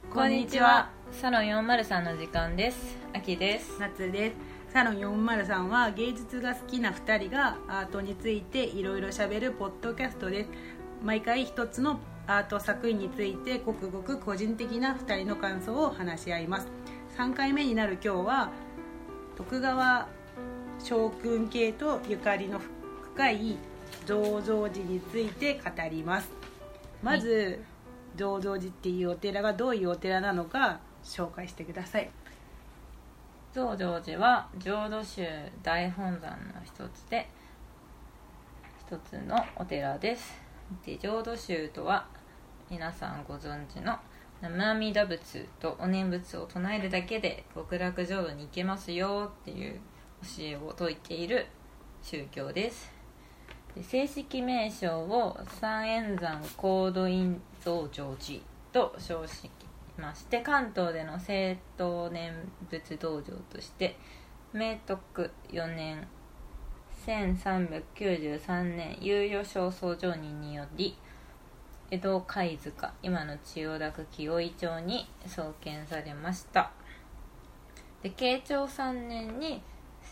こんにちは。サロン403の時間です。あきです。 夏です。サロン403は芸術が好きな2人がアートについていろいろしゃべるポッドキャストです。毎回一つのアート作品についてごくごく個人的な2人の感想を話し合います。3回目になる今日は徳川将軍家とゆかりの深い増上寺について語ります。まず、増上寺っていうお寺がどういうお寺なのか紹介してください。 増上寺は浄土宗大本山の一つのお寺です。で、浄土宗とは皆さんご存知の南無阿弥陀仏とお念仏を唱えるだけで極楽浄土に行けますよっていう教えを説いている宗教です。で、正式名称を三円山高度院増上寺と称しまして、関東での正統念仏道場として明徳4年1393年猶予正僧上人により江戸貝塚、今の千代田区紀尾井町に創建されました。で、慶長3年に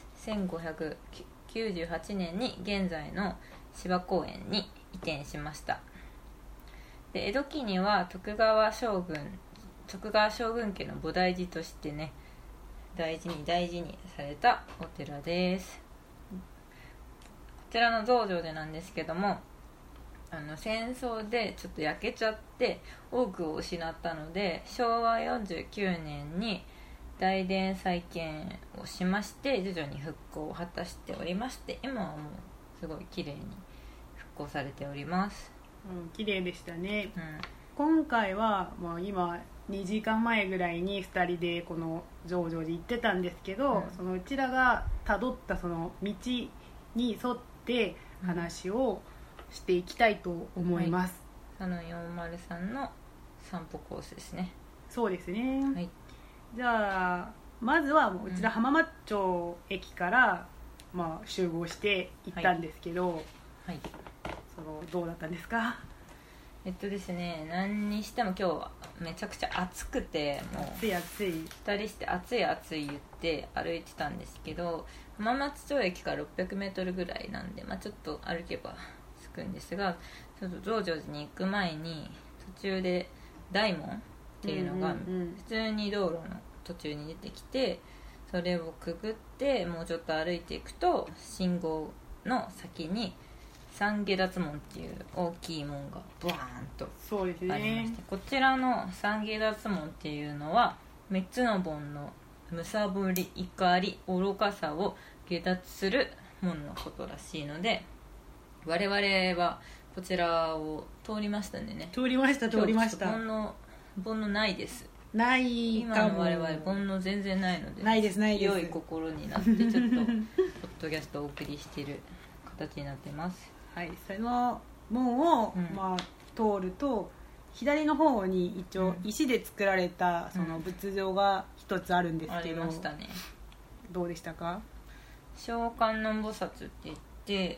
1598年に現在の芝公園に移転しました。で、江戸期には徳川将軍家の菩提寺としてね、大事にされたお寺です。こちらの増上寺なんですけども、戦争でちょっと焼けちゃって多くを失ったので、昭和49年に大殿再建をしまして徐々に復興を果たしておりまして、今はもうすごい綺麗に復興されております。 綺麗でしたね。 うん、 今回は、今2時間前ぐらいに2人でこの増上寺行ってたんですけど、そのうちらがたどったその道に沿って話をしていきたいと思います。 サロン403の散歩コースですね。 そうですね、 はい、 じゃあまずはうちら浜松町駅から、集合して行ったんですけど、 はい、 どうだったんですか？ ですね、何にしても今日はめちゃくちゃ暑くて、もう暑い 2人して暑い言って歩いてたんですけど、浜松町駅から600メートルぐらいなんで、ちょっと歩けば着くんですが、ちょっと増上寺に行く前に途中で大門っていうのが普通に道路の途中に出てきて、それをくぐってもうちょっと歩いていくと信号の先に三下脱門っていう大きい門がブワーンとありまして、こちらの三下脱門っていうのは3つの門のむさぼり、怒り、愚かさを下脱する門のことらしいので、我々はこちらを通りましたんでね。 通りました。 煩悩ないです。 ないかも。 今の我々煩悩全然ないので、 ないです良い心になってちょっとポッドキャストをお送りしている形になってます。 はい、その門を、通ると左の方に一応石で作られたその仏像が一つあるんですけど、 ありましたね。 どうでしたか？ 小観音菩薩って言って、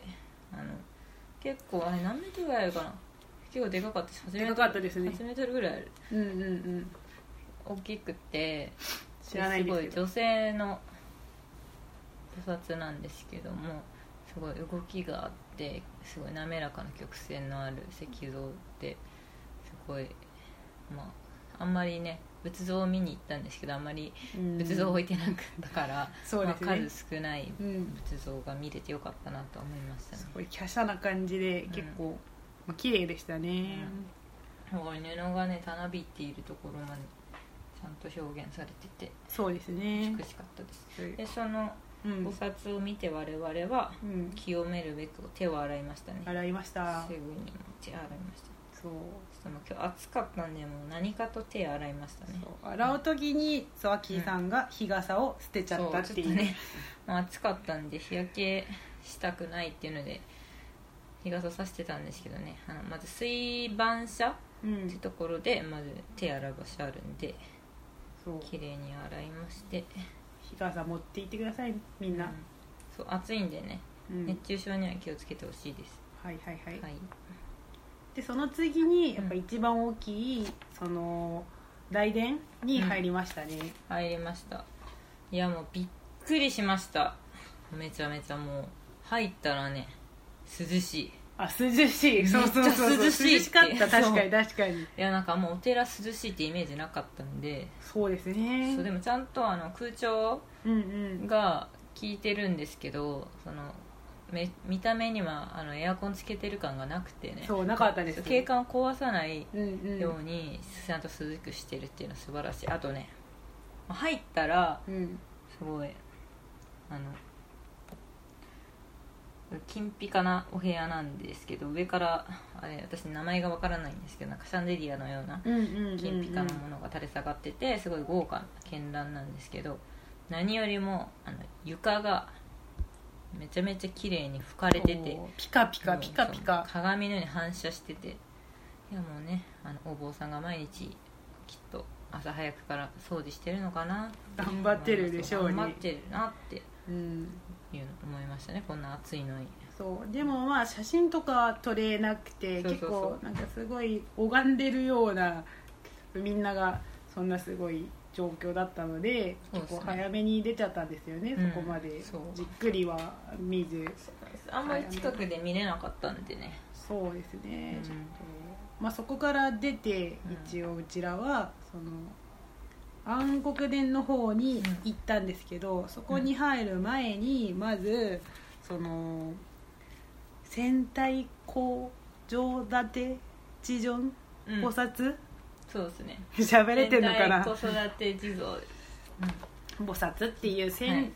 結構あれ何メートルぐらいあるかな、結構でかかったです。 でかかったですね。 8メートルぐらいある。大きくて知らないですけど、 すごい女性の菩薩なんですけども、すごい動きがあってすごい滑らかな曲線のある石像で、すごいあんまりね、仏像を見に行ったんですけど、あんまり仏像を置いてなかったから、数少ない仏像が見れてよかったなと思いましたね。 すごい華奢な感じで結構、綺麗でしたね。 布がねたなびいているところまでちゃんと表現されてて、 そうですね、 美しかったです。で、その菩薩を見て我々は清めるべく手を洗いましたね。 洗いました。 すぐに手洗いました。 そう今日暑かったんで、もう何かと手洗いましたね。 洗う時にアキさんが日傘を捨てちゃったっていう、 ね、暑かったんで日焼けしたくないっていうので日傘さしてたんですけどね、まず水盤車ってところでまず手洗う場所あるんで、綺麗に洗いまして、 日傘持って行ってくださいみんな。 そう、暑いんでね、熱中症には気をつけてほしいです。 はい。でその次にやっぱ一番大きいその雷電に入りましたね、 入りました。いやもうびっくりしました。めちゃめちゃもう入ったらね涼しい。 涼しい。そうそうそう、 涼しい涼しかった。確かに確かに。 いやなんかもうお寺涼しいってイメージなかったんで。 そうですね。 そうでもちゃんと空調が効いてるんですけど、その見た目にはエアコンつけてる感がなくてね。 そうなかったです。 景観を壊さないようにちゃんと涼しくしてるっていうのは素晴らしい。あとね入ったらすごい金ピカなお部屋なんですけど、上から私名前がわからないんですけど、なんかシャンデリアのような金ピカのものが垂れ下がってて、すごい豪華な絢爛なんですけど、何よりも床がめちゃめちゃ綺麗に拭かれてて、 ピカピカピカピカ鏡のように反射してて、いやもうねお坊さんが毎日きっと朝早くから掃除してるのかな、 頑張ってるでしょうね。 頑張ってるなっていうの思いましたね。こんな暑いのに。 そうでもまあ写真とか撮れなくて、結構なんかすごい拝んでるような、みんながそんなすごい状況だったので、結構早めに出ちゃったんですよね、そこまでじっくりは見ず、 あんまり近くで見れなかったんでね。 そうですね、ちょっとまあそこから出て一応うちらはその安国殿の方に行ったんですけど、そこに入る前にまずその仙台高上立地蔵菩薩、 そうですね、 喋れてるのかな、 仙台子育て地蔵、 菩薩っていう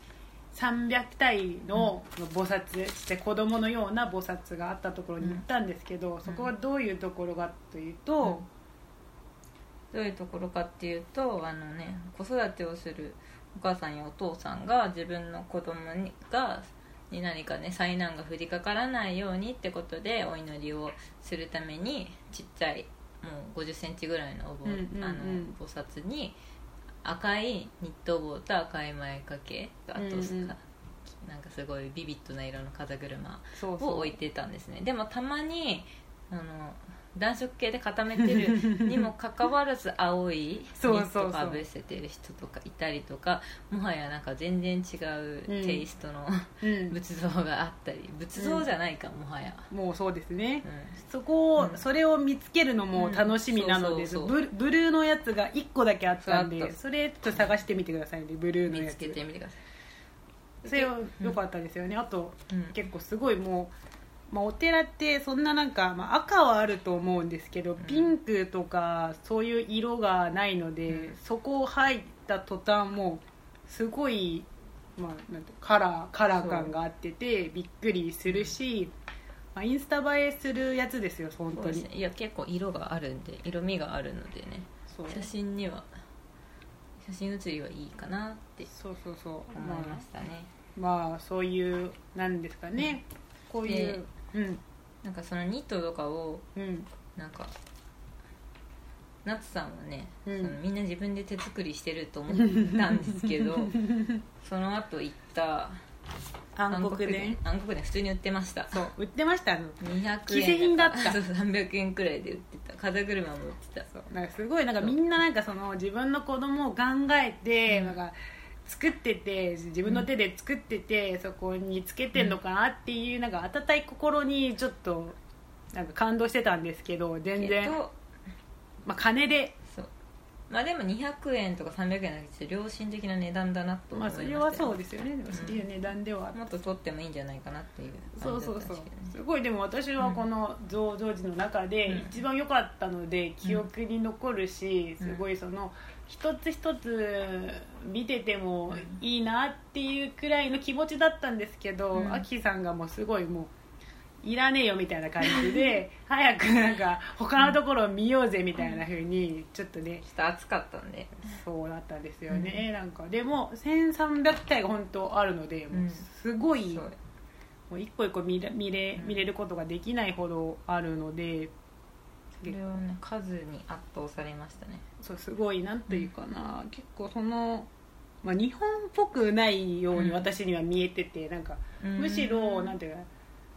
1300体の菩薩で子供のような菩薩があったところに行ったんですけど、そこはどういうところかというと、 どういうところかっていうと子育てをするお母さんやお父さんが自分の子供に何かね災難が降りかからないようにってことでお祈りをするために、ちっちゃいもう50センチぐらいの菩薩に赤いニット帽と赤い前掛け、あとなんかすごいビビッドな色の風車を置いてたんですね。でもたまに暖色系で固めてるにもかかわらず青いニットかぶせてる人とかいたりとか、もはやなんか全然違うテイストの仏像があったり、仏像じゃないか、もはやもうそうですね、それを見つけるのも楽しみなので、ブルーのやつが1個だけあったんで、それちょっと探してみてくださいね、ブルーのやつ見つけてみてください。 それは良かったですよね。あと結構すごいもうお寺ってそんななんか、赤はあると思うんですけど、ピンクとかそういう色がないので、そこを入った途端もうすごい、なんてカラー感があっててびっくりするし、インスタ映えするやつですよ本当に。 いや結構色があるんで、色味があるのでね、写真写りはいいかなって思いましたね。 そういうなんですかね、こういうなんかそのニットとかをなんか夏さんはね、そのみんな自分で手作りしてると思ったんですけどその後行った安国殿普通に売ってました。 そう売ってました。 200円既製品だった。 そう300円くらいで売ってた。風車も売ってた。 そうなんかすごいなんかみんななんかその自分の子供を考えてなんか作ってて、自分の手で作ってて、そこにつけてんのかなっていうなんか温かい心にちょっとなんか感動してたんですけど、全然金ででも200円とか300円だけ良心的な値段だなと思いました。 それはそうですよね。でもそういう値段ではもっと取ってもいいんじゃないかなっていう感じだったんですけどね。すごいでも私はこの増上寺の中で一番良かったので記憶に残るし、すごいその一つ一つ見ててもいいなっていうくらいの気持ちだったんですけど、アキさんがもうすごいもういらねえよみたいな感じで早くなんか他のところを見ようぜみたいな風にちょっとね、 ちょっと暑かったんでそうだったんですよね。なんかでも1300体が本当あるので、もうすごい、もう一個一個見れることができないほどあるので、 それはね数に圧倒されましたね。 そうすごいなんていうかな、結構その、日本っぽくないように私には見えてて、なんかむしろなんていうか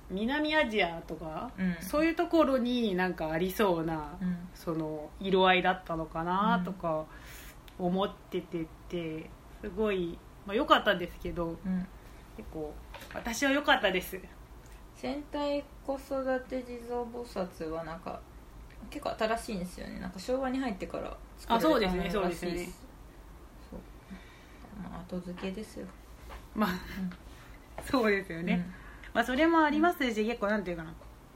南アジアとか、 うんそういうところになんかありそうな、 うんその色合いだったのかなとか思ってすごい、良かったんですけど、 うん、 結構私は良かったです。 戦隊子育て地蔵菩薩はなんか結構新しいんですよね。なんか昭和に入ってから作られたそうですねものそうですねらしいです。そう、後付けですよ。 まあ、そうですよね、それもありますし、結構なんていうかな、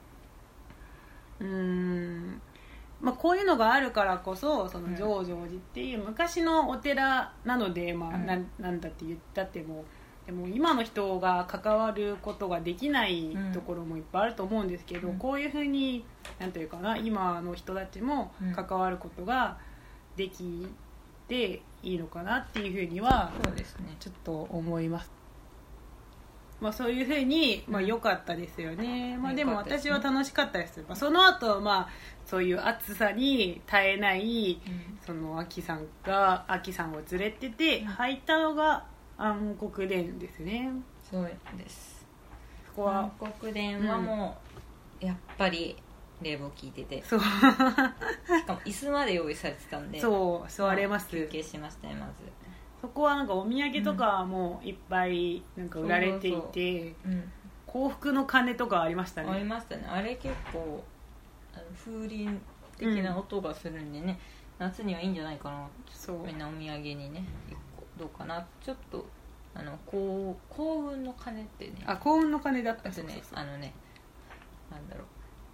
こういうのがあるからこそ、その増上寺っていう昔のお寺なので、なんだって言ったっても、でも今の人が関わることができないところもいっぱいあると思うんですけど、こういうふうになんていうかな、今の人たちも関わることができていいのかなっていうふうにはそうですね、 ちょっと思います。そういうふうに良かったですよね。でも私は楽しかったです。その後そういう暑さに耐えない、そのアキさんを連れてて入ったのが暗黒殿ですね。 そうです。 そこは暗黒殿はもう、やっぱり冷房効いてて、 そうしかも椅子まで用意されてたんで、 そう座れます。 休憩しましたね。まずそこはなんかお土産とかもいっぱいなんか売られていて、幸福の鐘とかありましたね。 ありましたね。あれ結構風鈴的な音がするんでね、夏にはいいんじゃないかな。 そうみんなお土産にね、1個どうかな。ちょっと幸運の鐘ってね、 幸運の鐘だった。 ね、なんだろう、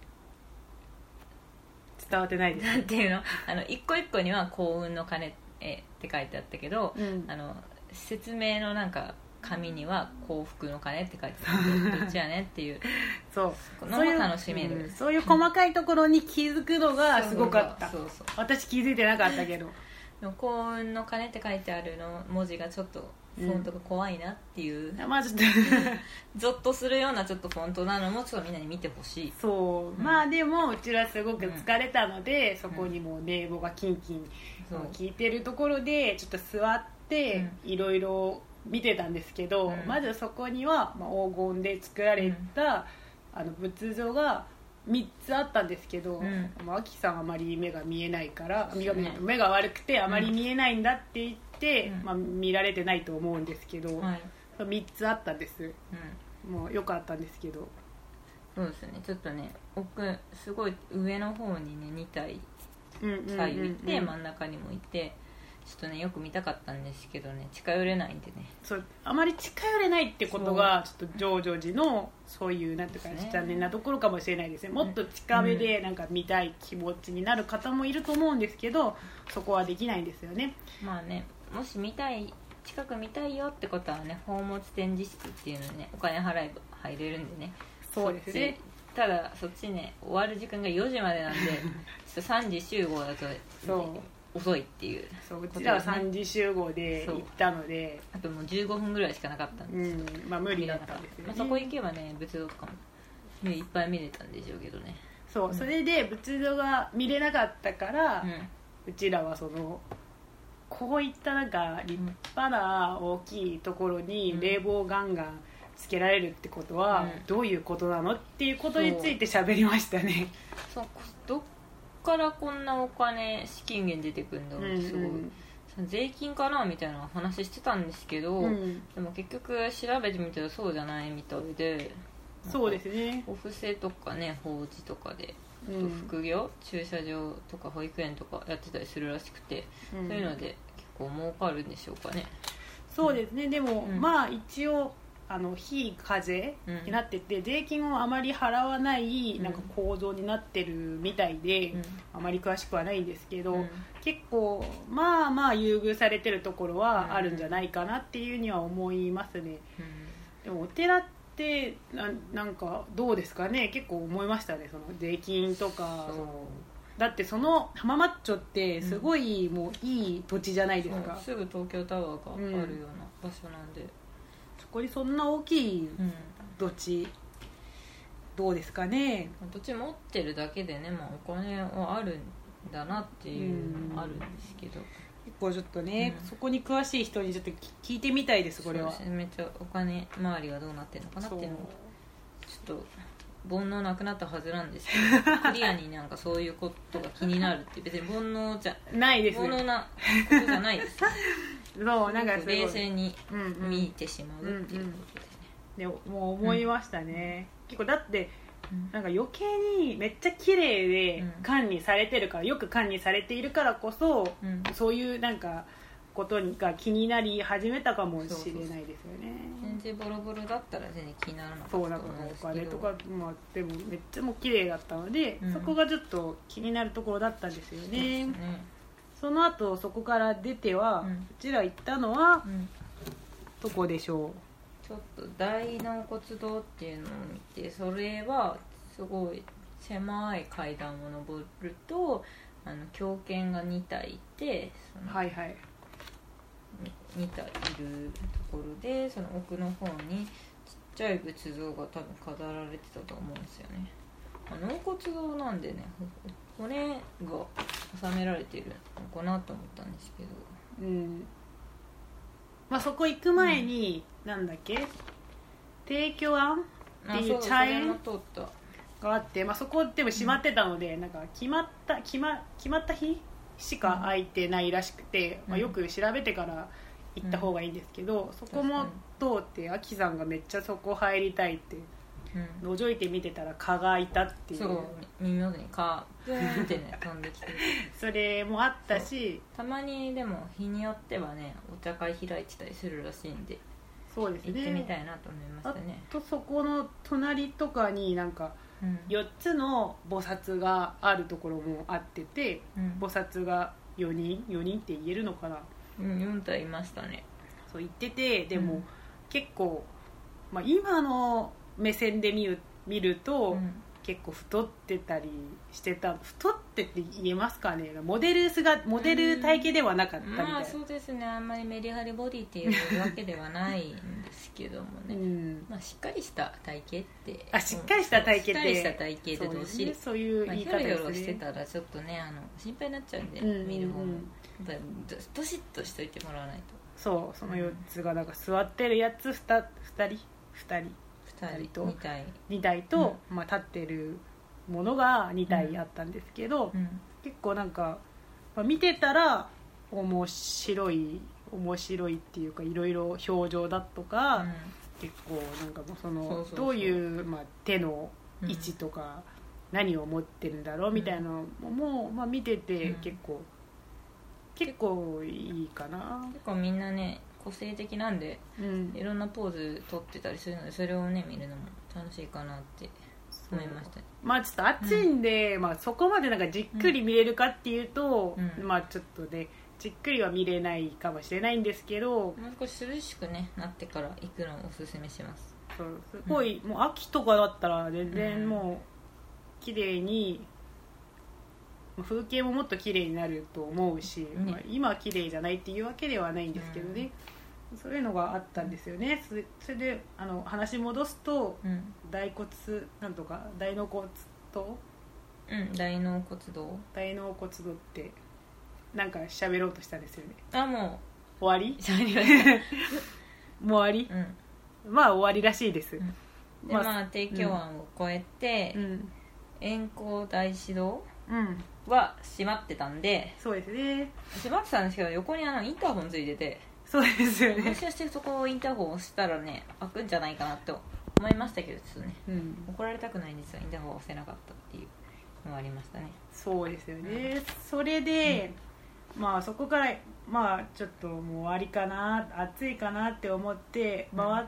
伝わってないです。 なんていうの、一個一個には幸運の鐘って書いてあったけど、説明のなんか紙には幸福の鐘って書いてあってどっちやねっていうそうのも楽しめる。 そういう細かいところに気づくのがすごかった。 そう私気づいてなかったけど幸運の鐘って書いてあるの文字がちょっとフォントが怖いなっていう、 ちょっとゾッとするようなちょっとフォントなのもちょっとみんなに見てほしい。 そう、でもうちはすごく疲れたので、そこにも冷房がキンキン効いてるところでちょっと座っていろいろ見てたんですけど、まずそこには黄金で作られた仏像が3つあったんですけど、アキさんあまり目が見えないから、目が悪くてあまり見えないんだって言って、見られてないと思うんですけど、3つあったんです、もう良かったんですけど。 そうですね、ちょっとね奥すごい上の方にね2体左右いて、真ん中にもいて、ちょっとねよく見たかったんですけどね、近寄れないんでね。 そうあまり近寄れないってことがちょっと増上寺のそういうなんていうか残念なところかもしれないですね。もっと近めでなんか見たい気持ちになる方もいると思うんですけど、そこはできないんですよね。 もし近く見たいよってことはね、宝物展示室っていうのにねお金払えば入れるんでね。 そうですね。 ただそっちね終わる時間が4時までなんでちょっと3時集合だと、遅いっていう。 うちらは3時集合で行ったので、 あともう15分ぐらいしかなかったんですよ、 無理だったんですよね。 そこ行けばね仏像とかもいっぱい見れたんでしょうけどね。 それで仏像が見れなかったから、うちらはこういったなんか立派な大きいところに冷房ガンガンつけられるってことはどういうことなのっていうことについて喋りましたね。 どっからこんなお金資金源出てくるんだろうってすごい、税金かなみたいな話してたんですけど、でも結局調べてみたらそうじゃないみたいで、 そうですね、 お布施とかね法事とかで副業、駐車場とか保育園とかやってたりするらしくて、そういうので結構儲かるんでしょうかね。 そうですね。でも、一応非課税になってて、税金をあまり払わないなんか構造になってるみたいで、あまり詳しくはないんですけど、結構優遇されてるところはあるんじゃないかなっていうには思いますね。でもお寺ってなんかどうですかね。結構思いましたね、その税金とか。だってその浜マッチョってすごいもういい土地じゃないですか。 すぐ東京タワーがあるような場所なんで、 そこにそんな大きい土地、どうですかね。 土地持ってるだけでね、お金はあるんだなっていうのはあるんですけど、 結構ちょっとね、そこに詳しい人にちょっと聞いてみたいです。これはめっちゃお金周りはどうなってるのかなっていうのをちょっと煩悩なくなったはずなんですけどクリアになんかそういうことが気になるって別に煩悩じゃないです。 煩悩なことじゃないですそうなんかすごい冷静に見てしまうっていうことでね、 でもう思いましたね、結構だってなんか余計にめっちゃ綺麗で管理されてるから、よく管理されているからこそ、そういうなんかことが気になり始めたかもしれないですよね。 全然ボロボロだったら全然気にならなかったと思うんですけど、 そうなんかお金とか、まあ、でもめっちゃもう綺麗だったので、そこがちょっと気になるところだったんですよね。その後そこから出ては、うちら行ったのは、どこでしょう。 ちょっと大納骨堂っていうのを見て、それはすごい狭い階段を登ると狂犬が2体いて、 はいはい、 2体いるところで、その奥の方にちっちゃい仏像が多分飾られてたと思うんですよね。納骨堂なんでね、骨が収められてるのかなと思ったんですけど、 まあ、そこ行く前に、なんだっけ、帝京庵っていう茶園があって、まあ、そこでも閉まってたので、なんか決まった日しか空いてないらしくて、まあ、よく調べてから行った方がいいんですけど、そこも通ってアキさんがめっちゃそこ入りたいって覗いて見てたら蚊がいたっていう、 そう耳元に蚊ブーンってね飛んできてそれもあったし、 たまにでも日によってはねお茶会開いてたりするらしいんで、 そうですね、 行ってみたいなと思いましたね。 あとそこの隣とかになんか4つの菩薩があるところもあってて、菩薩が4人って言えるのかな、 4体いましたね。 そう言ってて、でも、結構、まあ、今の目線で見ると、結構太ってたりしてた。太ってって言えますかね、モデル体型ではなかったみたいな。 まあそうですね、あんまりメリハリボディっていうわけではないんですけどもね、まあ、しっかりした体型ってしっかりした体型ってしっかりした体型でどっしり、 そういう言い方ですね。 ヒョロヒョロしてたらちょっとね心配になっちゃうんで、見る方もやっぱりどしっとしといてもらわないと。 そう、その4つがだから座ってるやつ2人と2体と、まあ、立ってるものが2体あったんですけど、結構なんか、まあ、見てたら面白いっていうか、いろいろ表情だとか、結構なんかもうそのどういう、まあ、手の位置とか、何を持ってるんだろうみたいなのも、まあ、見てて結構いいかな。 結構みんなね個性的なんで、いろんなポーズ撮ってたりするので、それをね見るのも楽しいかなって思いましたね。 まあちょっと暑いんで、まあ、そこまでなんかじっくり見れるかっていうと、まあちょっとねじっくりは見れないかもしれないんですけど、 もう少し涼しく、ね、なってから行くのをおすすめします。 そうすごい、もう秋とかだったら全然もう綺麗に、風景ももっと綺麗になると思うし、まあ、今は綺麗じゃないっていうわけではないんですけどね、そういうのがあったんですよね。それで話戻すと、大納骨堂、 大納骨堂ってなんか喋ろうとしたんですよね。 もう終わり喋りましたもう終わり、まあ終わりらしいです、 でまあ帝京庵を越えて、円光大師堂は閉まってたんで、 そうですね、 閉まってたんですけど、横にインターホンついてて、 そうですよね、 もしかしてそこをインターホン押したらね開くんじゃないかなと思いましたけど、ちょっとね、怒られたくないんですがインターホン押せなかったっていうのがありましたね。 そうですよね、それで、まあそこからまあちょっともう終わりかな、暑いかなって思って回って、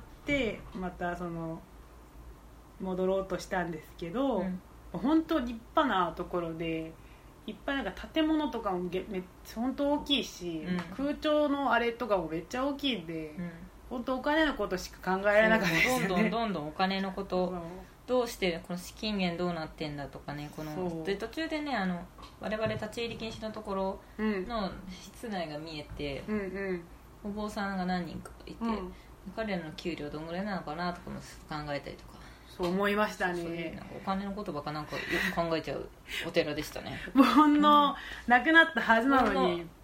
またその戻ろうとしたんですけど、本当立派なところで、いっぱいなんか建物とかも本当大きいし、空調のあれとかもめっちゃ大きいんで、本当お金のことしか考えられなかったですよね。 どんどんお金のことどうしてこの資金源どうなってんだとかね、で途中でね我々立ち入り禁止のところの室内が見えて、お坊さんが何人かいて、彼らの給料どんぐらいなのかなとかも考えたりとか、 そう思いましたね。 そういうなんかお金の言葉かなんかよく考えちゃうお寺でしたね。 煩悩なくなったはずなのに、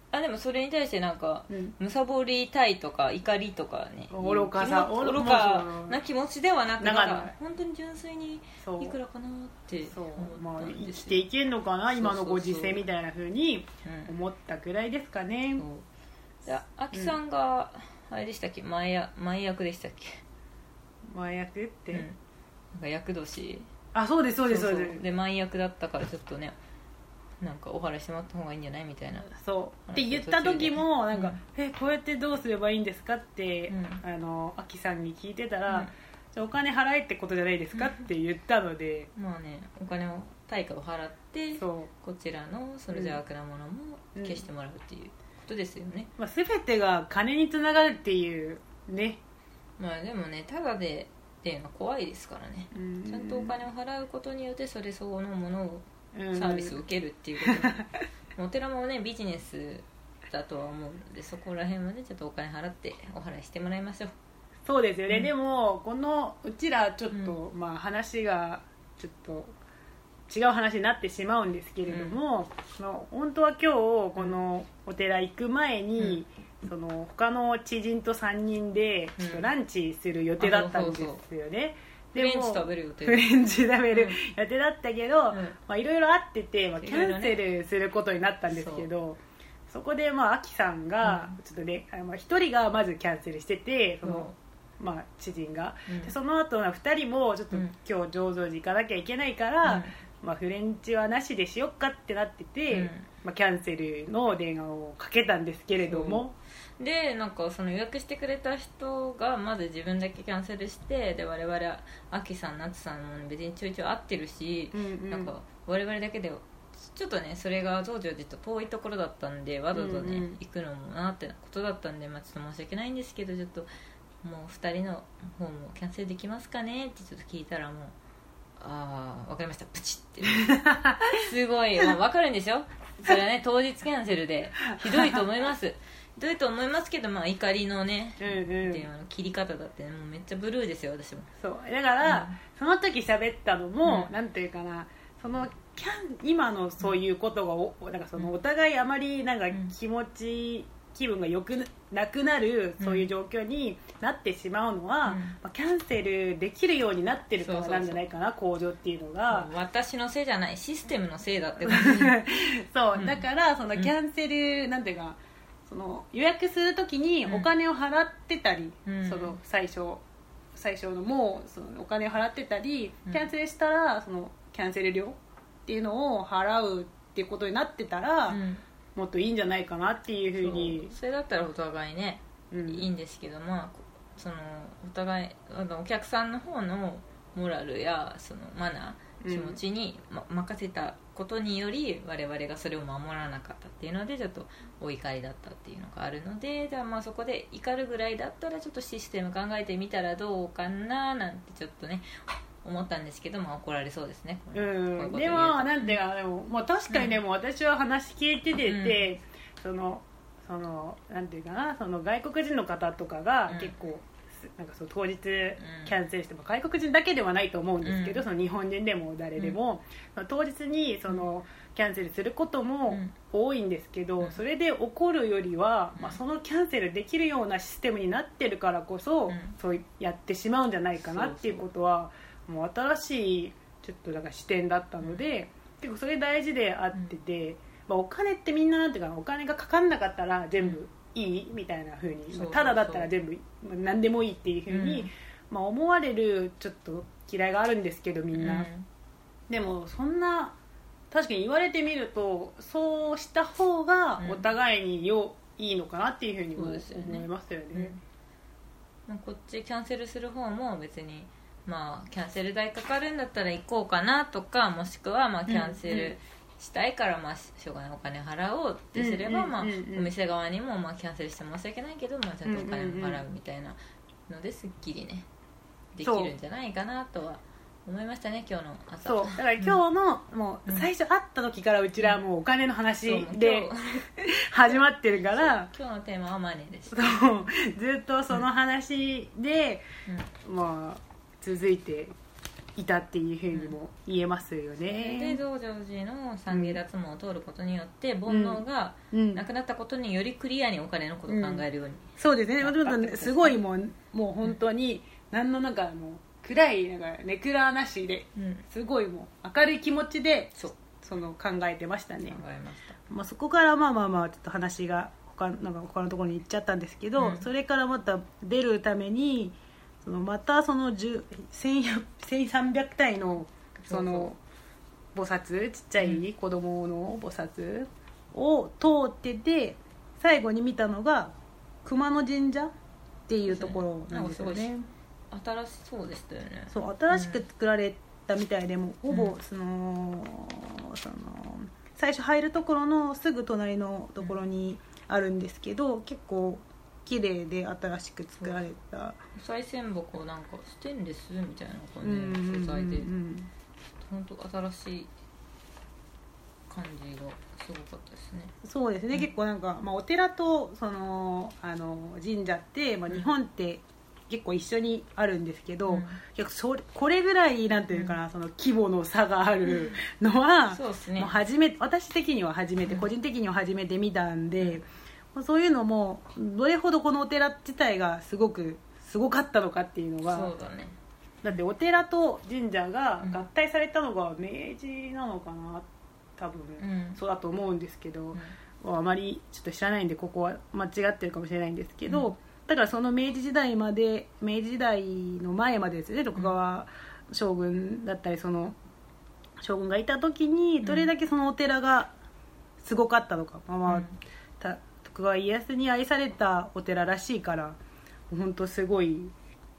でもそれに対してなんか、 うんむさぼりたいとか怒りとかね、 愚かさ愚かな気持ちではなく、 なかった本当に純粋にいくらかなってそう、 思ったん生ですよ。 きていけんのかな今のご時そうそうそう世みたいな風にうん思ったくらいですかね。 そうであきさんが、あれでしたっけ、前役でしたっけ、 前役って、 なんか役年、 あ、そうですそうですそうそうです。 で前役だったからちょっとね、なんかお祓いしてもらった方がいいんじゃないみたいな。 そうって言った時もなんか、 うんこうやってどうすればいいんですかって、アキさんに聞いてたら、じゃあお金払えってことじゃないですかって言ったので、 まあね、お金を対価を払ってそこちらのその邪悪なものも消してもらうっていうことですよね。 う、全てが金につながるっていうね、 まあでもね、ただでっていうのは怖いですからね、ちゃんとお金を払うことによってそれ相応のものをサービスを受けるっていうことお寺もねビジネスだとは思うので、そこら辺までちょっとお金払ってお祓いしてもらいましょう。 そうですよね、でもこのうちらちょっと、話がちょっと違う話になってしまうんですけれども、本当は今日このお寺行く前に、その他の知人と3人でちょっとランチする予定だったんですよね。 フレンチ食べる予定、 フレンチ食べる予定だったけど、いろいろあってて、キャンセルすることになったんですけど、そこでアキさんがちょっとね、1人がまずキャンセルしてて、その知人が、でその後2人もちょっと今日浄蔵寺行かなきゃいけないから、フレンチはなしでしよっかってなってて、キャンセルの電話をかけたんですけれども、 でなんかその予約してくれた人がまず自分だけキャンセルして、で我々アキさんナツさんも別にちょいちょい会ってるし、なんか我々だけでちょっとね、それが増上寺と遠いところだったんでわざわざね、行くのもなってことだったんで、ちょっと申し訳ないんですけど、ちょっともう2人の方もキャンセルできますかねってちょっと聞いたら、もう分かりましたプチってすごい、分かるんでしょそれはね、当日キャンセルでひどいと思いますひどいと思いますけど、怒りのね、っていうの切り方だって、ね、もうめっちゃブルーですよ私も。 そうだから、その時喋ったのも、なんていうかな、その今のそういうことがなんかそのお互いあまりなんか気分が良くなくなる、そういう状況になってしまうのは、キャンセルできるようになってるからなんじゃないかな、工場っていうのが。 私のせいじゃない、システムのせいだってことそう、だからそのキャンセル、なんていうか、その予約するときにお金を払ってたり、その最初のもうそのお金を払ってたり、キャンセルしたらそのキャンセル料っていうのを払うっていうことになってたら、もっといいんじゃないかなっていうふうに。 それだったらお互いね、いいんですけど、そのお互いお客さんの方のモラルやそのマナー、気持ちに、任せたことにより我々がそれを守らなかったっていうので、ちょっとお怒りだったっていうのがあるので、じゃあそこで怒るぐらいだったらちょっとシステム考えてみたらどうかななんてちょっとね思ったんですけど、怒られそうですね。 でもなんていうか、でも確かにでも私は話聞いてて、そのなんていうかな、その外国人の方とかが結構、なんかその当日キャンセルしても、外国人だけではないと思うんですけど、その日本人でも誰でも、当日にそのキャンセルすることも多いんですけど、それで怒るよりは、そのキャンセルできるようなシステムになってるからこそ、そうやってしまうんじゃないかなっていうことは、もう新しいちょっとなんか視点だったので、結構それ大事であってて、お金ってみんななんていうか、お金がかかんなかったら全部いいみたいな風に、ただだったら全部何でもいいっていう風に、思われるちょっと嫌いがあるんですけど、みんな、でもそんな、確かに言われてみるとそうした方がお互いにいいのかなっていう風にも思いますよね。 こっちキャンセルする方も別にキャンセル代かかるんだったら行こうかなとか、もしくはキャンセルしたいからしょうがないお金払おうってすれば、お店側にもキャンセルして申し訳ないけど、ちゃんとお金を払うみたいなのですっきりねできるんじゃないかなとは思いましたね、今日の朝。 そうだから今日の、もう最初会った時からうちらはもうお金の話で始まってるから、 今日のテーマはマネーでした。 そうずっとその話で、続いていたっていうふうにも言えますよね。 で増上寺の三芸脱毛を通ることによって煩悩がなくなったことによりクリアにお金のことを考えるように、 そうですね。すごいもう本当に何のなんかもう暗いなんかネクラなしで、すごいもう明るい気持ちでその考えてましたね。 考えました。 まあ、そこからまあちょっと話が他のところに行っちゃったんですけど、それからまた出るためにまたその1300体のその菩薩、ちっちゃい子供の菩薩を通ってて、最後に見たのが熊野神社っていうところなんですよね。 新しそうでしたよね。 そう新しく作られたみたいで、もほぼ最初入るところのすぐ隣のところにあるんですけど、結構綺麗で新しく作られた賽銭箱なんかステンレスみたいな感じの素材で、本当新しい感じがすごかったですね。 そうですね、結構なんか、お寺と神社って、日本って結構一緒にあるんですけど、結構これぐらいなんていうかな、その規模の差があるのは、 そうですね、 もう私的には初めて、個人的には初めて見たんで、そういうのもどれほどこのお寺自体がすごかったのかっていうのが、 そうだね。 だってお寺と神社が合体されたのが明治なのかな、多分、そうだと思うんですけど、あまりちょっと知らないんでここは間違ってるかもしれないんですけど、だからその明治時代の前までですね、徳川将軍だったりその将軍がいた時にどれだけそのお寺がすごかったのか、徳川家康に愛されたお寺らしいから、本当すごい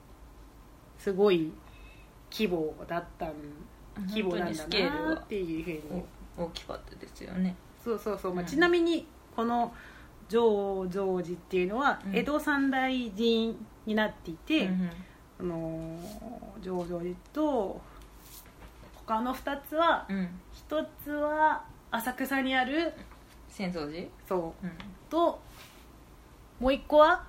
規模なんだなっていうふうに。 大きかったですよね。 そう、ちなみにこの増上寺っていうのは江戸三大寺院になっていて、増上寺と他の2つは、1つは浅草にある浅草寺、 ともう一個は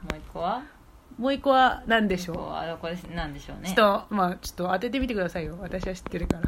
何でしょう。 これ何でしょうね。 ちょっと当ててみてくださいよ。私は知ってるから。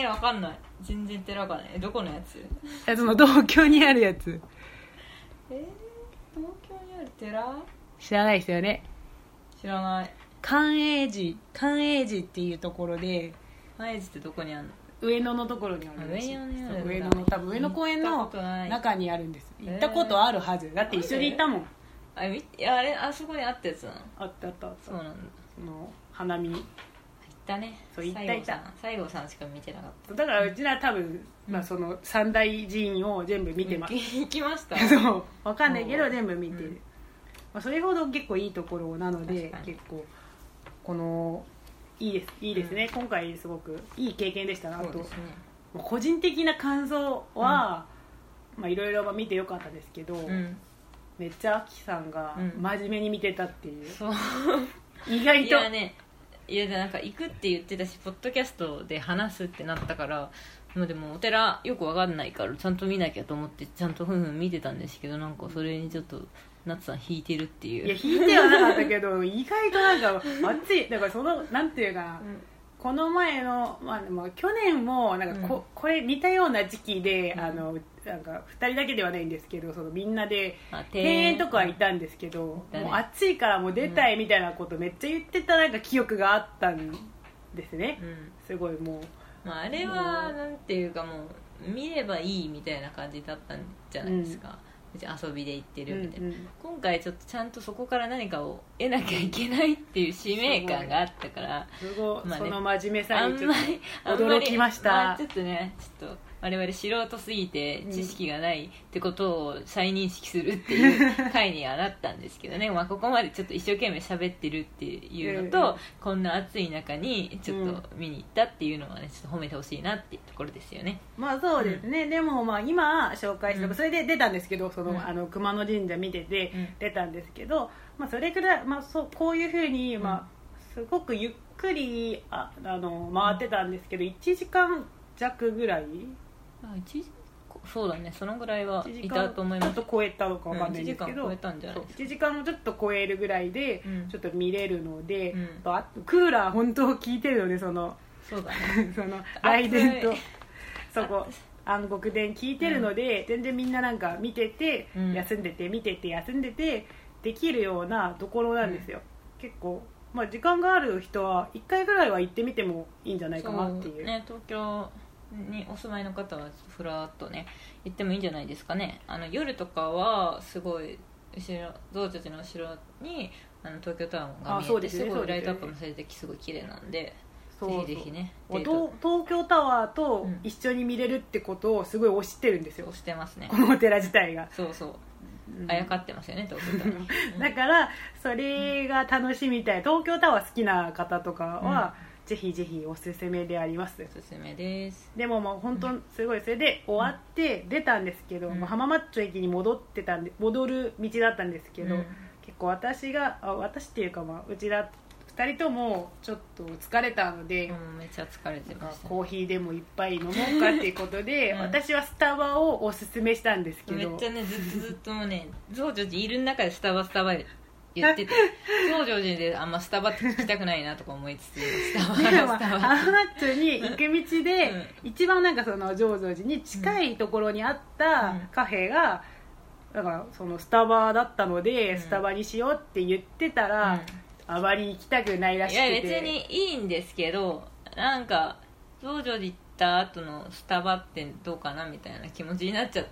わかんない。全然寺がね。どこのやつ？ その東京にあるやつ。 東京にある寺？ 知らないですよね。 知らない。 寛永寺っていうところで。 寛永寺ってどこにあるの？ 上野のところにあるんです。多分上野公園の中にあるんです。行ったことあるはず。だって一緒に行ったもん。 あそこにあったやつなの？あった。そうなんだ。 その花見行ったね。 そう行った西郷さんしか見てなかった。 だからうちら多分、その三大寺院を全部見てます。 行きました。 そう分かんないけど全部見てる。それほど結構いいところなので、結構このいいですね。今回すごくいい経験でしたな。あと個人的な感想は、いろいろ見てよかったですけど、めっちゃアキさんが真面目に見てたっていう、意外となんか行くって言ってたし、ポッドキャストで話すってなったから、でもお寺よく分かんないからちゃんと見なきゃと思ってちゃんと見てたんですけど、なんかそれにちょっと夏さん引いてるっていう。 いや引いてはなかったけど意外となんか熱い。だからそのなんていうかな、この前の、去年もなんかこれ似たような時期で、なんか2人だけではないんですけど、そのみんなで庭園とかはいたんですけど、もう暑いからもう出たいみたいなことめっちゃ言ってたなんか記憶があったんですね。すごいもう、 あれはなんていうか、もう見ればいいみたいな感じだったんじゃないですか。遊びで行ってるみたいな、今回ちょっとちゃんとそこから何かを得なきゃいけないっていう使命感があったから、 すごい、その真面目さにちょっと驚きました。 ちょっとね、ちょっと我々素人すぎて知識がないってことを再認識するっていう回にはなったんですけどね、ここまでちょっと一生懸命喋ってるっていうのと、こんな暑い中にちょっと見に行ったっていうのはね、ちょっと褒めてほしいなっていうところですよね。 そうですね、でも今紹介した、それで出たんですけど、その、熊野神社見てて出たんですけど、それくらい、こういうふうに、すごくゆっくり回ってたんですけど、1時間弱ぐらい、 そうだね、そのぐらいはいたと思います。 ちょっと超えたのか分かんないんですけど、 1時間超えたんじゃないですか。 1時間をちょっと超えるぐらいでちょっと見れるので、クーラー本当効いてるので、そのそうだねその雷電とそこ暗黒伝聞いてるので、全然みんななんか見てて、休んでて見てて休んでてできるようなところなんですよ、結構、まあ、時間がある人は1回ぐらいは行ってみてもいいんじゃないかなっていう。 ね、東京にお住まいの方はふらっとね行ってもいいんじゃないですかね。夜とかはすごい増上寺の後ろに東京タワーが見えて、すごいライトアップもされてすごい綺麗なんで、ぜひぜひね東京タワーと一緒に見れるってことをすごい推してるんですよ、 推してますね、 このお寺自体が。 そうそう、あやかってますよね東京タワーだからそれが楽しみたい、東京タワー好きな方とかは、ぜひぜひおすすめであります。 おすすめです。 でももう本当すごい、それで終わって出たんですけど、浜松町駅に戻る道だったんですけど、結構私っていうか、うちら2人ともちょっと疲れたので、 めっちゃ疲れてました、 コーヒーでもいっぱい飲もうかっていうことで、私はスタバをおすすめしたんですけど、 めっちゃねずっともうね増上寺いる中でスタバ言ってて増上寺であんまスタバって聞きたくないなとか思いつつでも浜松町に行く道で、一番なんかその増上寺に近いところにあったカフェが、だからそのスタバだったので、スタバにしようって言ってたら、あまり行きたくないらしくて。 いや別にいいんですけど、なんか増上寺行った後のスタバってどうかなみたいな気持ちになっちゃって、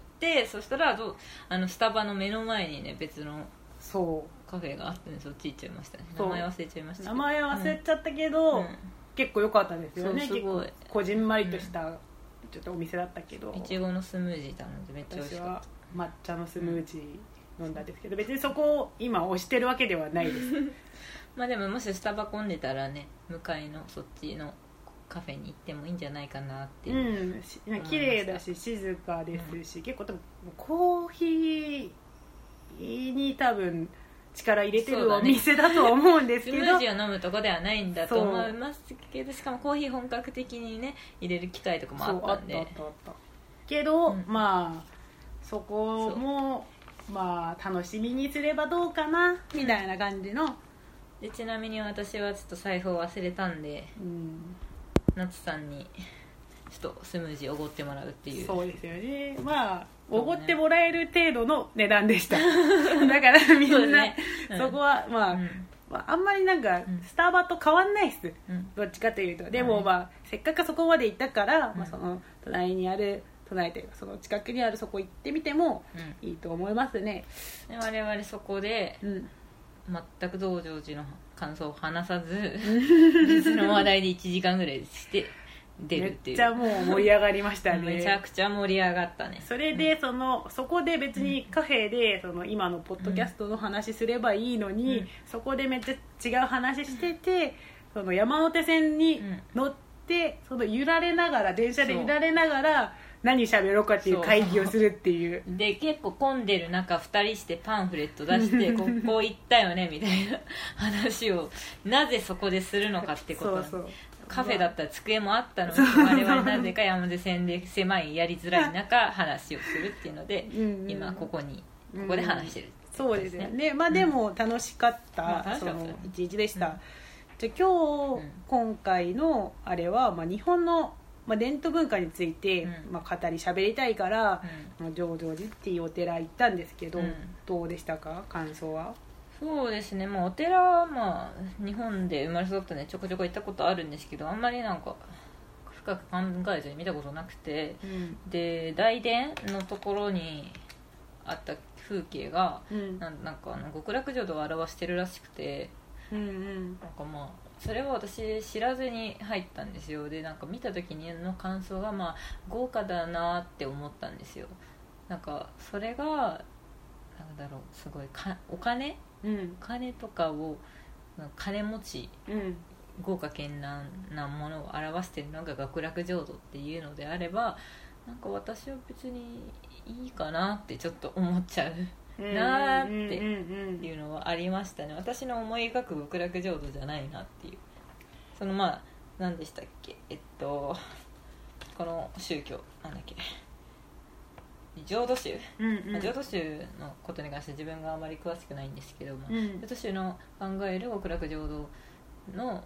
そしたらスタバの目の前にね別のカフェがあってね、そっち行っちゃいましたね。名前忘れちゃいましたけど、 名前忘れちゃったけど、結構良かったですよね。 すごい結構こじんまりとした、ちょっとお店だったけど、 いちごのスムージー頼んでめっちゃ美味しかった。 私は抹茶のスムージー飲んだんですけど、別にそこを今推してるわけではないですまあでももしスタバ混んでたらね、向かいのそっちのカフェに行ってもいいんじゃないかなっていう、 綺麗だし静かですし、結構多分コーヒーに多分力入れてるお店だと思うんですけど、 スムージーを飲むとこではないんだと思いますけど、しかもコーヒー本格的にね入れる機会とかもあったんで、 あったけど、まあそこもまあ楽しみにすればどうかなみたいな感じの。 でちなみに私はちょっと財布を忘れたんで、夏さんにちょっとスムージーおごってもらうっていう。 そうですよね、まあおごってもらえる程度の値段でしただからみんなそこはまあ、あんまりなんかスタバと変わんないっす、どっちかというと。でもまあせっかくそこまで行ったから、まあ、その隣というかその近くにあるそこ行ってみてもいいと思いますね。 で我々そこで、全く増上寺の感想を話さず別の話題で1時間ぐらいして出るっていう。 めっちゃもう盛り上がりましたねめちゃくちゃ盛り上がったね。 それでそこで別にカフェでその今のポッドキャストの話すればいいのに、そこでめっちゃ違う話してて、その山手線に乗ってその電車で揺られながら何喋ろうかっていう会議をするっていう。 で結構混んでる中2人してパンフレット出してここ行ったよねみたいな話をなぜそこでするのかってことなんで、カフェだったら机もあったのに我々なぜか山手線で狭いやりづらい中話をするっていうので、今ここで話してる、 そうですよね。まあでも楽しかった、その一日でした。じゃあ今回のあれは、日本の伝統文化について、語り喋りたいから、増上寺っていうお寺行ったんですけど、どうでしたか、感想は。 そうですね、お寺は日本で生まれ育ったね、ちょこちょこ行ったことあるんですけど、あんまりなんか深く考えずに見たことなくて、で大殿のところにあった風景が、なんか極楽浄土を表してるらしくて、なんかそれは私知らずに入ったんですよ。でなんか見た時の感想が豪華だなって思ったんですよ。なんかそれがなんだろう、すごいお金とかを金持ち、豪華絢爛なものを表しているのが極楽浄土っていうのであれば、なんか私は別にいいかなってちょっと思っちゃうなっていうのはありましたね。私の思い描く極楽浄土じゃないなっていう。その何でしたっけ、この宗教なんだっけ、浄土宗、浄土宗のことに関して自分があまり詳しくないんですけども、浄土宗の考える極楽浄土の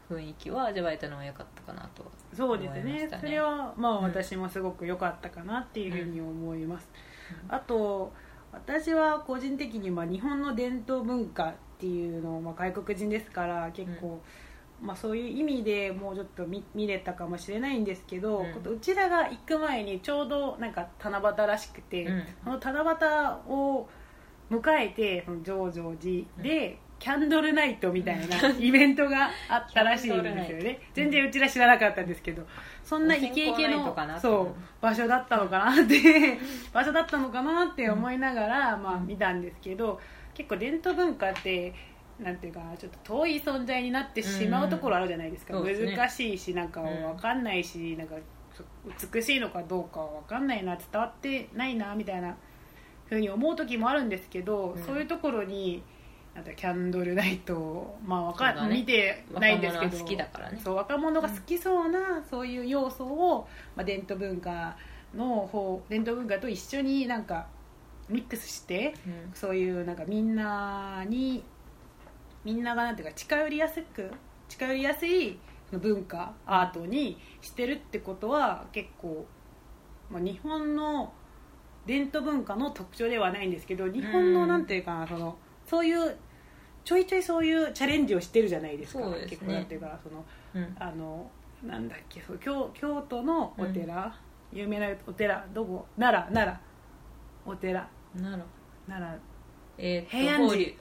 雰囲気は味わえたのは良かったかなとそうです思いましたね。 ね。それはまあ私もすごく良かったかなっていうふうに思います、あと私は個人的に日本の伝統文化っていうのを、外国人ですから結構、そういう意味でもうちょっと 見れたかもしれないんですけど、うちらが行く前にちょうどなんか七夕らしくて、その七夕を迎えてその増上寺で、キャンドルナイトみたいなイベントがあったらしいんですよね。全然うちら知らなかったんですけど、そんなイケイケの場所だったのかなって思いながら、見たんですけど、結構伝統文化ってなんていうかちょっと遠い存在になってしまうところあるじゃないですか、難しいしなんか分かんないし、なんか美しいのかどうか分かんないな、伝わってないなみたいなふうに思う時もあるんですけど、そういうところにキャンドルナイトを、見てないんですけど、 若者が好きだからね。 そう、若者が好きそうな、そういう要素を、伝統文化と一緒になんかミックスして、そういうなんかみんながなんていうか近寄りやすい文化アートにしてるってことは結構、日本の伝統文化の特徴ではないんですけど、日本のなんていうかな、そういうちょいちょいそういうチャレンジをしてるじゃないですか。 そうですね、 結構なんていうかなんだっけ、京都のお寺、有名なお寺どこ、奈良お寺奈良平安寺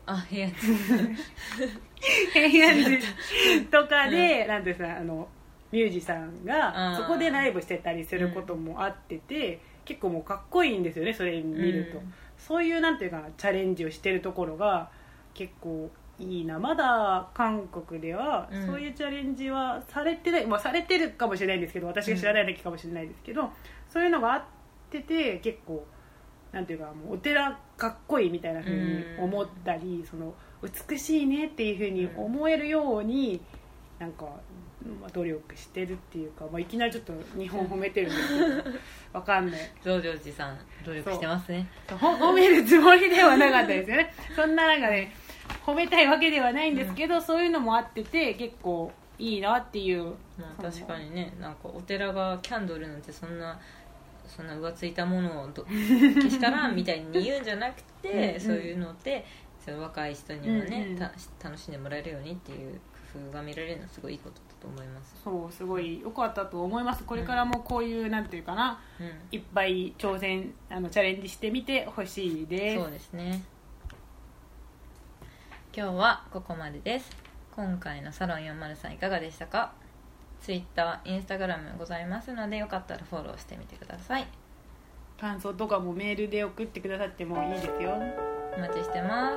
平安寺とかで、なんていうかミュージシャンがそこでライブしてたりすることもあってて、結構もうかっこいいんですよね、それ見ると、そういうなんていうかチャレンジをしてるところが結構いいな。まだ韓国ではそういうチャレンジはされてない、されてるかもしれないんですけど、私が知らないだけかもしれないですけど、そういうのがあってて、結構なんていうかもうお寺かっこいいみたいな風に思ったり、その美しいねっていう風に思えるようになんか努力してるっていうか、いきなりちょっと日本褒めてるんですけどわかんない。 増上寺さん努力してますね。 褒めるつもりではなかったですよね。そんななんかね、褒めたいわけではないんですけど、そういうのもあってて結構いいなっていう、 確かにね、なんかお寺がキャンドルなんてそんな浮ついたものをけしからんみたいに言うんじゃなくてそういうのってその若い人にもね、楽しんでもらえるようにっていう工夫が見られるのはすごいいいことだと思います。 そう、すごい良かったと思います。これからもこういうなんていうかな、いっぱい挑戦チャレンジしてみてほしいです。 そうですね。今日はここまでです。今回のサロン403いかがでしたか。Twitter、Instagram ございますので、よかったらフォローしてみてください。 感想とかもメールで送ってくださってもいいですよ。 お待ちしてます。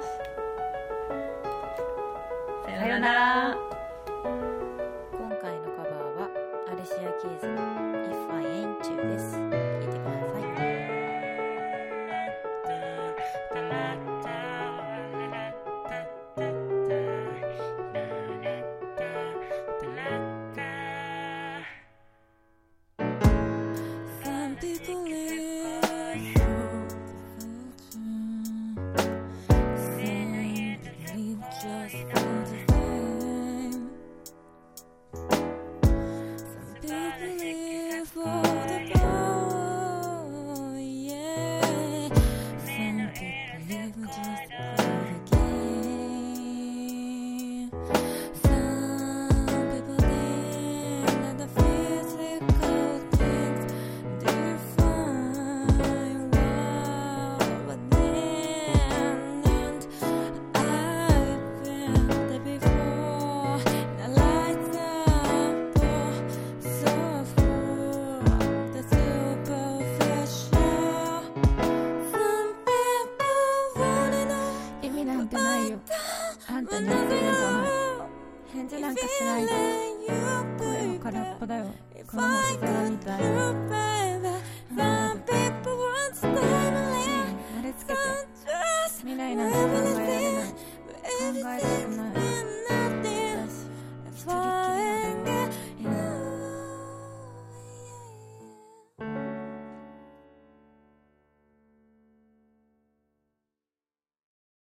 さようなら。 今回のカバーはアリシア・キーズの If I Ain't You です。聴いてください。あんたには返事なんかしないで。声も空っぽだよ。この星空みたい。あれつけて。未来なんて考えられない。考えて